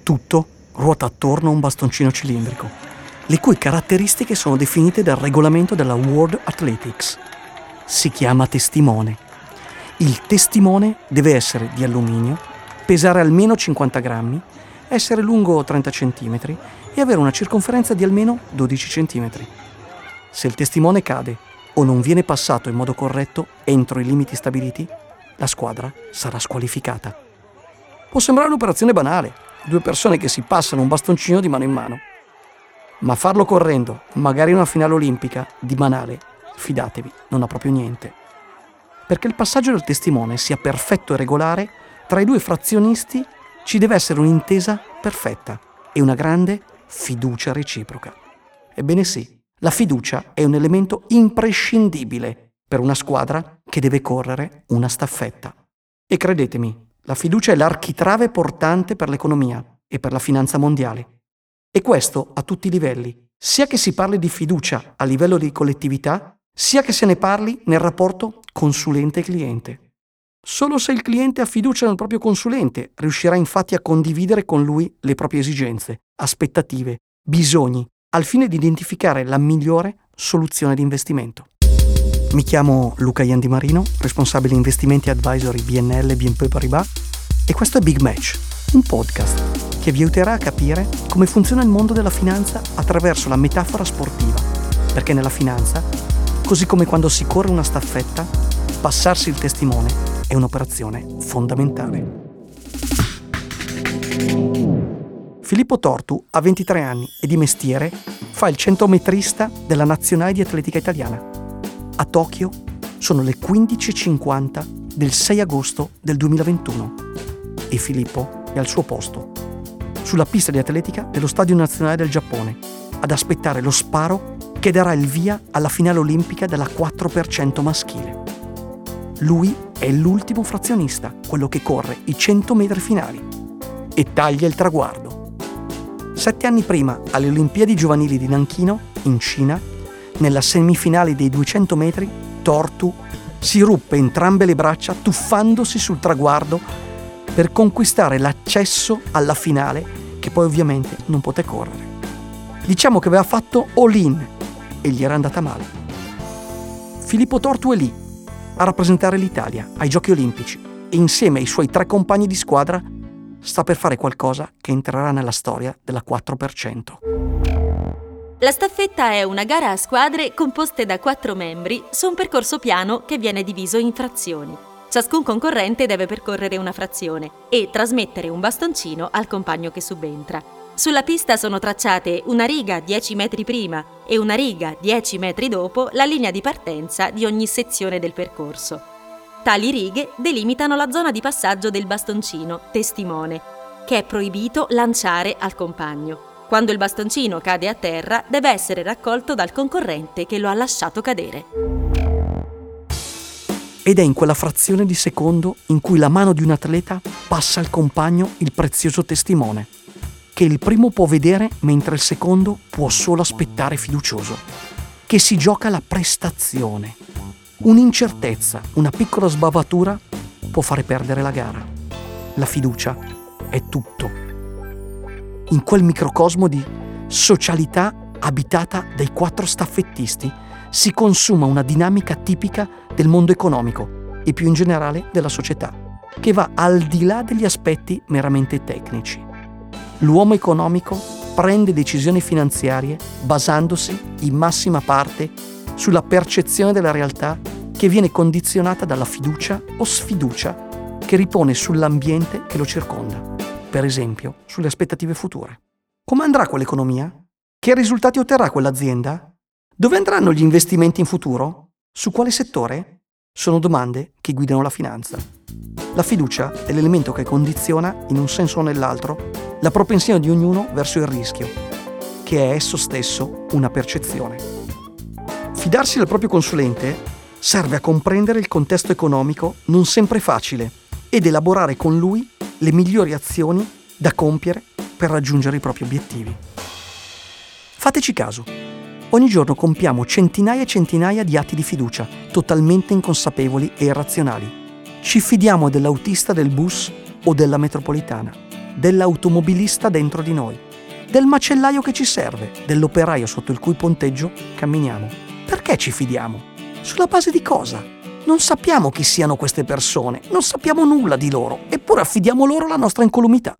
Tutto ruota attorno a un bastoncino cilindrico, le cui caratteristiche sono definite dal regolamento della World Athletics. Si chiama testimone. Il testimone deve essere di alluminio, pesare almeno 50 grammi, essere lungo 30 cm e avere una circonferenza di almeno 12 cm. Se il testimone cade o non viene passato in modo corretto entro i limiti stabiliti, la squadra sarà squalificata. Può sembrare un'operazione banale, 2 persone che si passano un bastoncino di mano in mano. Ma farlo correndo, magari in una finale olimpica, di banale, fidatevi, non ha proprio niente. Perché il passaggio del testimone sia perfetto e regolare, tra i 2 frazionisti ci deve essere un'intesa perfetta e una grande fiducia reciproca. Ebbene sì, la fiducia è un elemento imprescindibile per una squadra che deve correre una staffetta. E credetemi, la fiducia è l'architrave portante per l'economia e per la finanza mondiale. E questo a tutti i livelli, sia che si parli di fiducia a livello di collettività, sia che se ne parli nel rapporto consulente-cliente. Solo se il cliente ha fiducia nel proprio consulente riuscirà infatti a condividere con lui le proprie esigenze, aspettative, bisogni, al fine di identificare la migliore soluzione di investimento. Mi chiamo Luca Iandimarino, responsabile investimenti advisory BNL BNP Paribas, e questo è Big Match, un podcast che vi aiuterà a capire come funziona il mondo della finanza attraverso la metafora sportiva, perché nella finanza, così come quando si corre una staffetta, passarsi il testimone è un'operazione fondamentale. Filippo Tortu ha 23 anni e di mestiere fa il centometrista della nazionale di atletica italiana. A Tokyo sono le 15:50 del 6 agosto del 2021 e Filippo è al suo posto, sulla pista di atletica dello Stadio Nazionale del Giappone, ad aspettare lo sparo che darà il via alla finale olimpica della 4x100 maschile. Lui è l'ultimo frazionista, quello che corre i 100 metri finali e taglia il traguardo. 7 anni prima, alle Olimpiadi giovanili di Nanchino, in Cina, nella semifinale dei 200 metri, Tortu si ruppe entrambe le braccia tuffandosi sul traguardo per conquistare l'accesso alla finale, che poi ovviamente non poté correre. Diciamo che aveva fatto all-in e gli era andata male. Filippo Tortu è lì, a rappresentare l'Italia ai Giochi Olimpici e insieme ai suoi 3 compagni di squadra sta per fare qualcosa che entrerà nella storia della 4x100. La staffetta è una gara a squadre composte da 4 membri su un percorso piano che viene diviso in frazioni. Ciascun concorrente deve percorrere una frazione e trasmettere un bastoncino al compagno che subentra. Sulla pista sono tracciate una riga 10 metri prima e una riga 10 metri dopo la linea di partenza di ogni sezione del percorso. Tali righe delimitano la zona di passaggio del bastoncino, testimone, che è proibito lanciare al compagno. Quando il bastoncino cade a terra, deve essere raccolto dal concorrente che lo ha lasciato cadere. Ed è in quella frazione di secondo in cui la mano di un atleta passa al compagno il prezioso testimone, che il primo può vedere mentre il secondo può solo aspettare fiducioso, che si gioca la prestazione. Un'incertezza, una piccola sbavatura può fare perdere la gara. La fiducia è tutto. In quel microcosmo di socialità abitata dai 4 staffettisti si consuma una dinamica tipica del mondo economico e più in generale della società, che va al di là degli aspetti meramente tecnici. L'uomo economico prende decisioni finanziarie basandosi in massima parte sulla percezione della realtà che viene condizionata dalla fiducia o sfiducia che ripone sull'ambiente che lo circonda. Per esempio, sulle aspettative future. Come andrà quell'economia? Che risultati otterrà quell'azienda? Dove andranno gli investimenti in futuro? Su quale settore? Sono domande che guidano la finanza. La fiducia è l'elemento che condiziona, in un senso o nell'altro, la propensione di ognuno verso il rischio, che è esso stesso una percezione. Fidarsi del proprio consulente serve a comprendere il contesto economico non sempre facile ed elaborare con lui le migliori azioni da compiere per raggiungere i propri obiettivi. Fateci caso. Ogni giorno compiamo centinaia e centinaia di atti di fiducia, totalmente inconsapevoli e irrazionali. Ci fidiamo dell'autista del bus o della metropolitana. dell'automobilista dentro di noi, del macellaio che ci serve, dell'operaio sotto il cui ponteggio camminiamo. Perché ci fidiamo? Sulla base di cosa? Non sappiamo chi siano queste persone, non sappiamo nulla di loro, eppure affidiamo loro la nostra incolumità.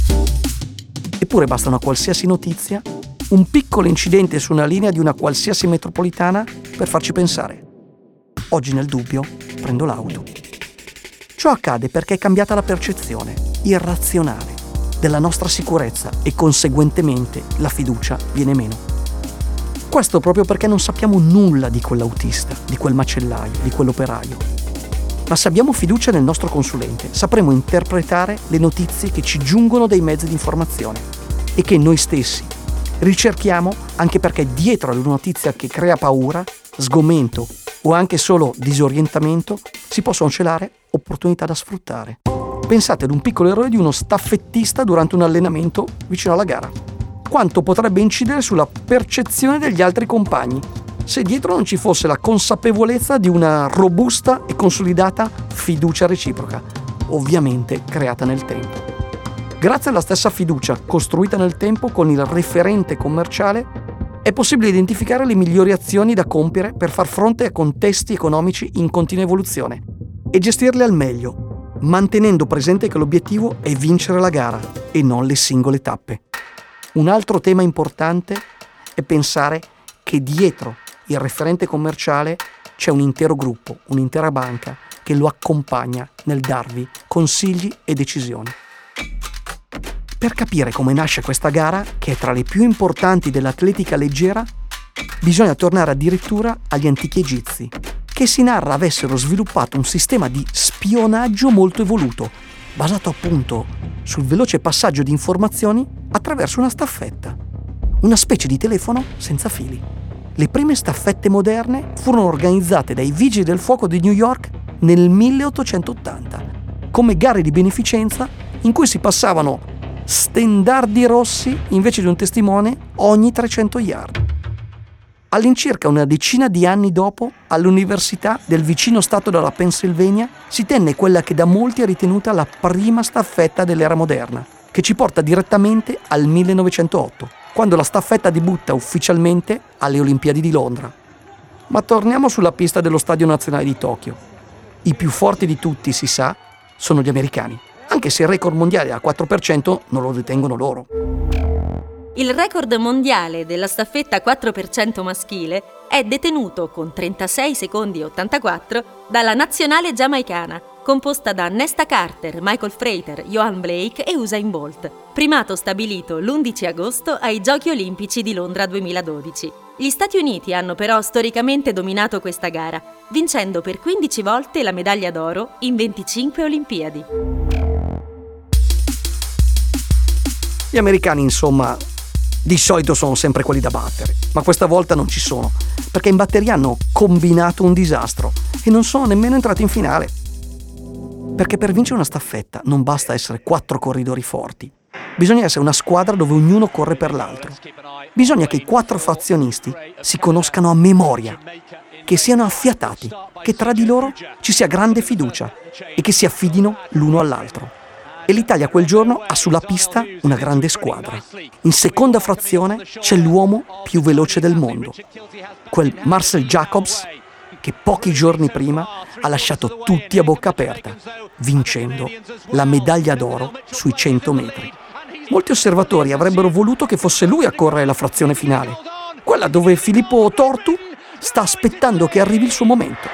Eppure basta una qualsiasi notizia, un piccolo incidente su una linea di una qualsiasi metropolitana per farci pensare. Oggi nel dubbio prendo l'auto. Ciò accade perché è cambiata la percezione irrazionale della nostra sicurezza e conseguentemente la fiducia viene meno. Questo proprio perché non sappiamo nulla di quell'autista, di quel macellaio, di quell'operaio. Ma se abbiamo fiducia nel nostro consulente, sapremo interpretare le notizie che ci giungono dai mezzi di informazione e che noi stessi ricerchiamo, anche perché dietro ad una notizia che crea paura, sgomento o anche solo disorientamento si possono celare opportunità da sfruttare. Pensate ad un piccolo errore di uno staffettista durante un allenamento vicino alla gara. Quanto potrebbe incidere sulla percezione degli altri compagni se dietro non ci fosse la consapevolezza di una robusta e consolidata fiducia reciproca, ovviamente creata nel tempo. Grazie alla stessa fiducia costruita nel tempo con il referente commerciale è possibile identificare le migliori azioni da compiere per far fronte a contesti economici in continua evoluzione e gestirle al meglio, mantenendo presente che l'obiettivo è vincere la gara e non le singole tappe. Un altro tema importante è pensare che dietro il referente commerciale c'è un intero gruppo, un'intera banca che lo accompagna nel darvi consigli e decisioni. Per capire come nasce questa gara, che è tra le più importanti dell'atletica leggera, bisogna tornare addirittura agli antichi egizi, che si narra avessero sviluppato un sistema di spionaggio molto evoluto, basato appunto sul veloce passaggio di informazioni attraverso una staffetta, una specie di telefono senza fili. Le prime staffette moderne furono organizzate dai Vigili del Fuoco di New York nel 1880, come gare di beneficenza in cui si passavano stendardi rossi invece di un testimone ogni 300 yard. All'incirca una decina di anni dopo, all'università del vicino stato della Pennsylvania, si tenne quella che da molti è ritenuta la prima staffetta dell'era moderna, che ci porta direttamente al 1908, quando la staffetta debutta ufficialmente alle Olimpiadi di Londra. Ma torniamo sulla pista dello Stadio Nazionale di Tokyo. I più forti di tutti, si sa, sono gli americani, anche se il record mondiale al 4% non lo detengono loro. Il record mondiale della staffetta 4% maschile è detenuto con 36 secondi e 84 dalla nazionale giamaicana, composta da Nesta Carter, Michael Frater, Johan Blake e Usain Bolt, primato stabilito l'11 agosto ai Giochi Olimpici di Londra 2012. Gli Stati Uniti hanno però storicamente dominato questa gara, vincendo per 15 volte la medaglia d'oro in 25 Olimpiadi. Gli americani, insomma, di solito sono sempre quelli da battere, ma questa volta non ci sono, perché in batteria hanno combinato un disastro e non sono nemmeno entrati in finale. Perché per vincere una staffetta non basta essere 4 corridori forti, bisogna essere una squadra dove ognuno corre per l'altro. Bisogna che i 4 fazionisti si conoscano a memoria, che siano affiatati, che tra di loro ci sia grande fiducia e che si affidino l'uno all'altro. E l'Italia quel giorno ha sulla pista una grande squadra. In seconda frazione c'è l'uomo più veloce del mondo, quel Marcel Jacobs che pochi giorni prima ha lasciato tutti a bocca aperta, vincendo la medaglia d'oro sui 100 metri. Molti osservatori avrebbero voluto che fosse lui a correre la frazione finale, quella dove Filippo Tortu sta aspettando che arrivi il suo momento.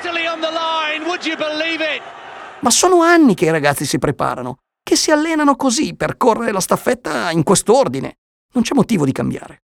Ma sono anni che i ragazzi si preparano, che si allenano così per correre la staffetta in quest'ordine. Non c'è motivo di cambiare.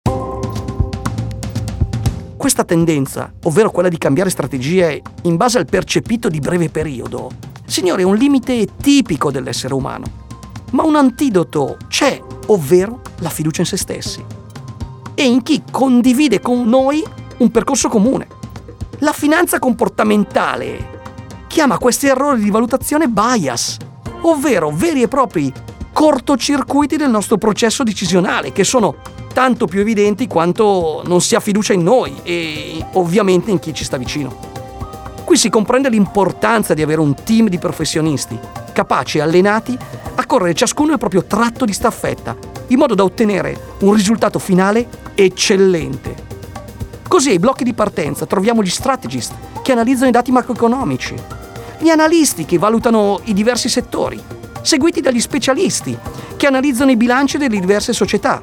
Questa tendenza, ovvero quella di cambiare strategie in base al percepito di breve periodo, signori, è un limite tipico dell'essere umano. Ma un antidoto c'è, ovvero la fiducia in se stessi e in chi condivide con noi un percorso comune. La finanza comportamentale chiama questi errori di valutazione bias, ovvero veri e propri cortocircuiti del nostro processo decisionale, che sono tanto più evidenti quanto non si ha fiducia in noi e ovviamente in chi ci sta vicino. Qui si comprende l'importanza di avere un team di professionisti capaci e allenati a correre ciascuno il proprio tratto di staffetta, in modo da ottenere un risultato finale eccellente. Così ai blocchi di partenza troviamo gli strategist che analizzano i dati macroeconomici, gli analisti che valutano i diversi settori, seguiti dagli specialisti che analizzano i bilanci delle diverse società,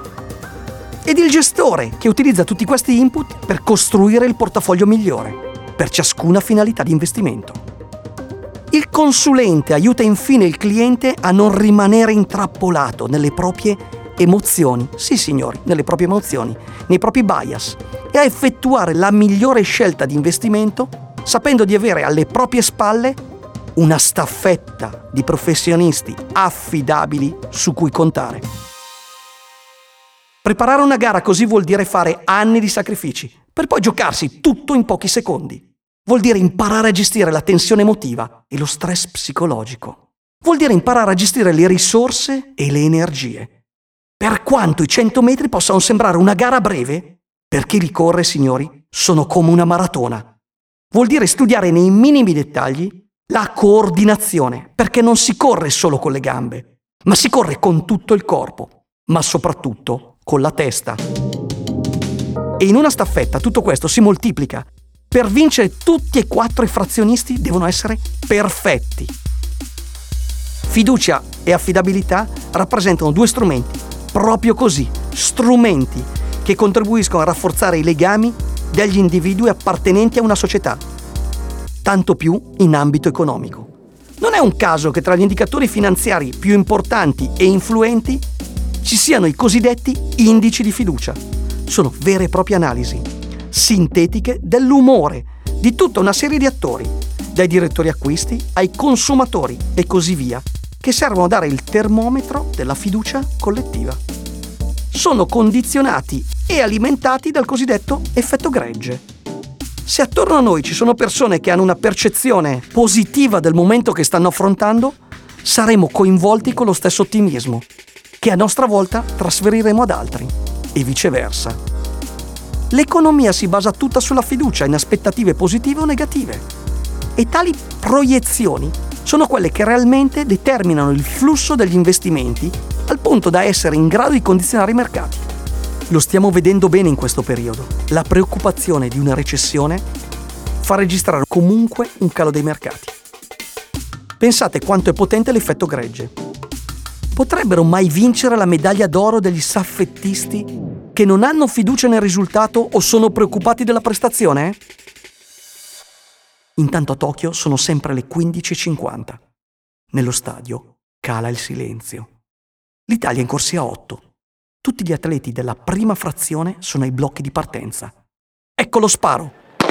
ed il gestore che utilizza tutti questi input per costruire il portafoglio migliore per ciascuna finalità di investimento. Il consulente aiuta infine il cliente a non rimanere intrappolato nelle proprie emozioni, sì signori, nelle proprie emozioni, nei propri bias, e a effettuare la migliore scelta di investimento sapendo di avere alle proprie spalle una staffetta di professionisti affidabili su cui contare. Preparare una gara così vuol dire fare anni di sacrifici, per poi giocarsi tutto in pochi secondi. Vuol dire imparare a gestire la tensione emotiva e lo stress psicologico. Vuol dire imparare a gestire le risorse e le energie. Per quanto i 100 metri possano sembrare una gara breve, per chi li corre, signori, sono come una maratona. Vuol dire studiare nei minimi dettagli la coordinazione, perché non si corre solo con le gambe, ma si corre con tutto il corpo, ma soprattutto con la testa. E in una staffetta tutto questo si moltiplica. Per vincere tutti e 4 i frazionisti devono essere perfetti. Fiducia e affidabilità rappresentano 2 strumenti, proprio così, strumenti che contribuiscono a rafforzare i legami degli individui appartenenti a una società, tanto più in ambito economico. Non è un caso che tra gli indicatori finanziari più importanti e influenti ci siano i cosiddetti indici di fiducia. Sono vere e proprie analisi sintetiche dell'umore di tutta una serie di attori, dai direttori acquisti ai consumatori e così via, che servono a dare il termometro della fiducia collettiva. Sono condizionati e alimentati dal cosiddetto effetto gregge. Se attorno a noi ci sono persone che hanno una percezione positiva del momento che stanno affrontando, saremo coinvolti con lo stesso ottimismo, che a nostra volta trasferiremo ad altri, e viceversa. L'economia si basa tutta sulla fiducia in aspettative positive o negative, e tali proiezioni sono quelle che realmente determinano il flusso degli investimenti al punto da essere in grado di condizionare i mercati. Lo stiamo vedendo bene in questo periodo. La preoccupazione di una recessione fa registrare comunque un calo dei mercati. Pensate quanto è potente l'effetto gregge. Potrebbero mai vincere la medaglia d'oro degli staffettisti che non hanno fiducia nel risultato o sono preoccupati della prestazione? Intanto a Tokyo sono sempre le 15:50. Nello stadio cala il silenzio. L'Italia è in corsia a 8. Tutti gli atleti della prima frazione sono ai blocchi di partenza. Ecco lo sparo.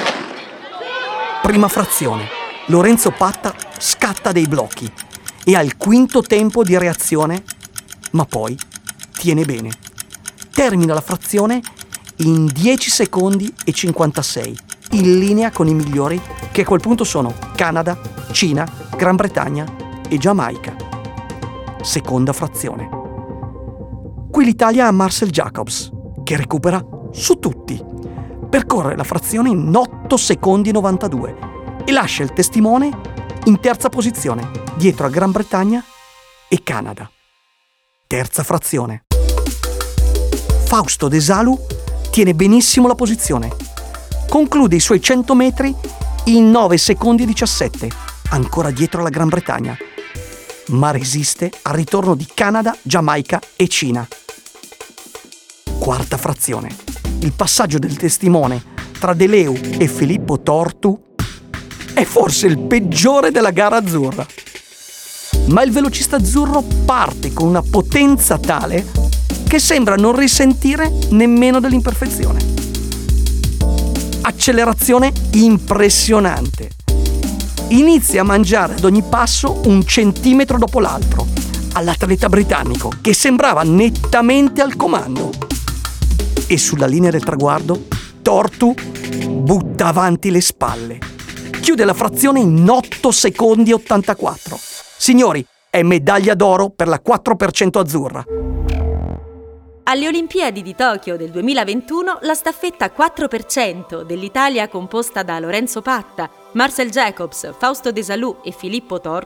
Prima frazione. Lorenzo Patta scatta dei blocchi e ha il quinto tempo di reazione, ma poi tiene bene. Termina la frazione in 10 secondi e 56, in linea con i migliori che a quel punto sono Canada, Cina, Gran Bretagna e Giamaica. Seconda frazione. Qui l'Italia ha Marcel Jacobs, che recupera su tutti. Percorre la frazione in 8 secondi e 92 e lascia il testimone in terza posizione, dietro a Gran Bretagna e Canada. Terza frazione. Fausto De Salu tiene benissimo la posizione. Conclude i suoi 100 metri in 9 secondi e 17, ancora dietro alla Gran Bretagna, ma resiste al ritorno di Canada, Giamaica e Cina. Quarta frazione. Il passaggio del testimone tra De Leu e Filippo Tortu è forse il peggiore della gara azzurra. Ma il velocista azzurro parte con una potenza tale che sembra non risentire nemmeno dell'imperfezione. Accelerazione impressionante. Inizia a mangiare ad ogni passo 1 centimetro dopo l'altro all'atleta britannico, che sembrava nettamente al comando. E sulla linea del traguardo Tortu butta avanti le spalle. Chiude la frazione in 8 secondi e 84. Signori, è medaglia d'oro per la 4% azzurra. Alle Olimpiadi di Tokyo del 2021 la staffetta 4% dell'Italia, composta da Lorenzo Patta, Marcel Jacobs, Fausto De Salu e Filippo Tortu,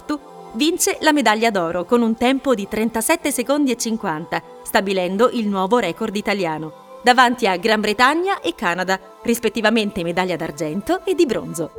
vince la medaglia d'oro con un tempo di 37 secondi e 50, stabilendo il nuovo record italiano, davanti a Gran Bretagna e Canada, rispettivamente medaglia d'argento e di bronzo.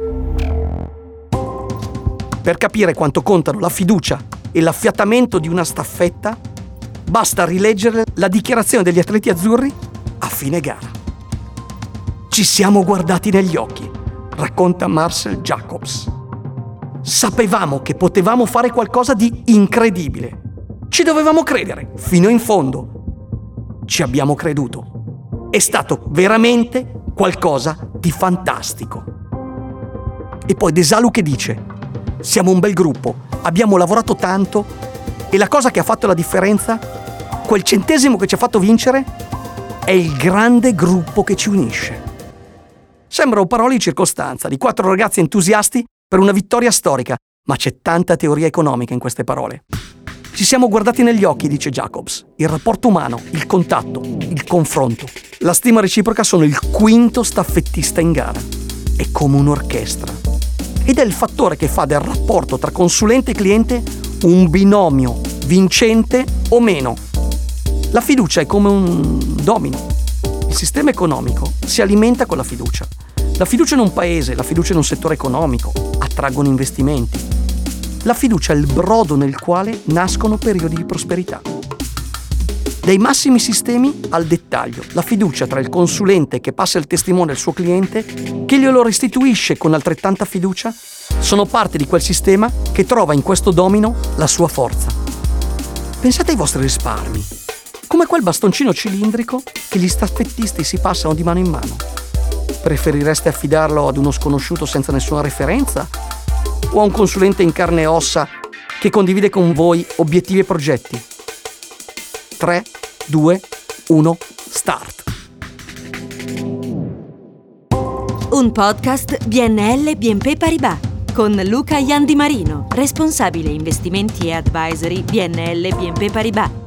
Per capire quanto contano la fiducia e l'affiatamento di una staffetta, basta rileggere la dichiarazione degli atleti azzurri a fine gara. Ci siamo guardati negli occhi, racconta Marcel Jacobs. Sapevamo che potevamo fare qualcosa di incredibile. Ci dovevamo credere, fino in fondo. Ci abbiamo creduto. È stato veramente qualcosa di fantastico. E poi Desalu che dice: siamo un bel gruppo, abbiamo lavorato tanto e la cosa che ha fatto la differenza, quel centesimo che ci ha fatto vincere, è il grande gruppo che ci unisce. Sembrano parole di circostanza, di 4 ragazzi entusiasti per una vittoria storica, ma c'è tanta teoria economica in queste parole. Ci siamo guardati negli occhi, dice Jacobs. Il rapporto umano, il contatto, il confronto, la stima reciproca sono il quinto staffettista in gara. È come un'orchestra. Ed è il fattore che fa del rapporto tra consulente e cliente un binomio vincente o meno. La fiducia è come un domino. Il sistema economico si alimenta con la fiducia. La fiducia in un paese, la fiducia in un settore economico attraggono investimenti. La fiducia è il brodo nel quale nascono periodi di prosperità. Dai massimi sistemi al dettaglio, la fiducia tra il consulente che passa il testimone al suo cliente, che glielo restituisce con altrettanta fiducia, sono parte di quel sistema che trova in questo domino la sua forza. Pensate ai vostri risparmi, come quel bastoncino cilindrico che gli staffettisti si passano di mano in mano. Preferireste affidarlo ad uno sconosciuto senza nessuna referenza o a un consulente in carne e ossa che condivide con voi obiettivi e progetti? 3, 2, 1, start. Un podcast BNL BNP Paribas con Luca Iandimarino, responsabile investimenti e advisory BNL BNP Paribas.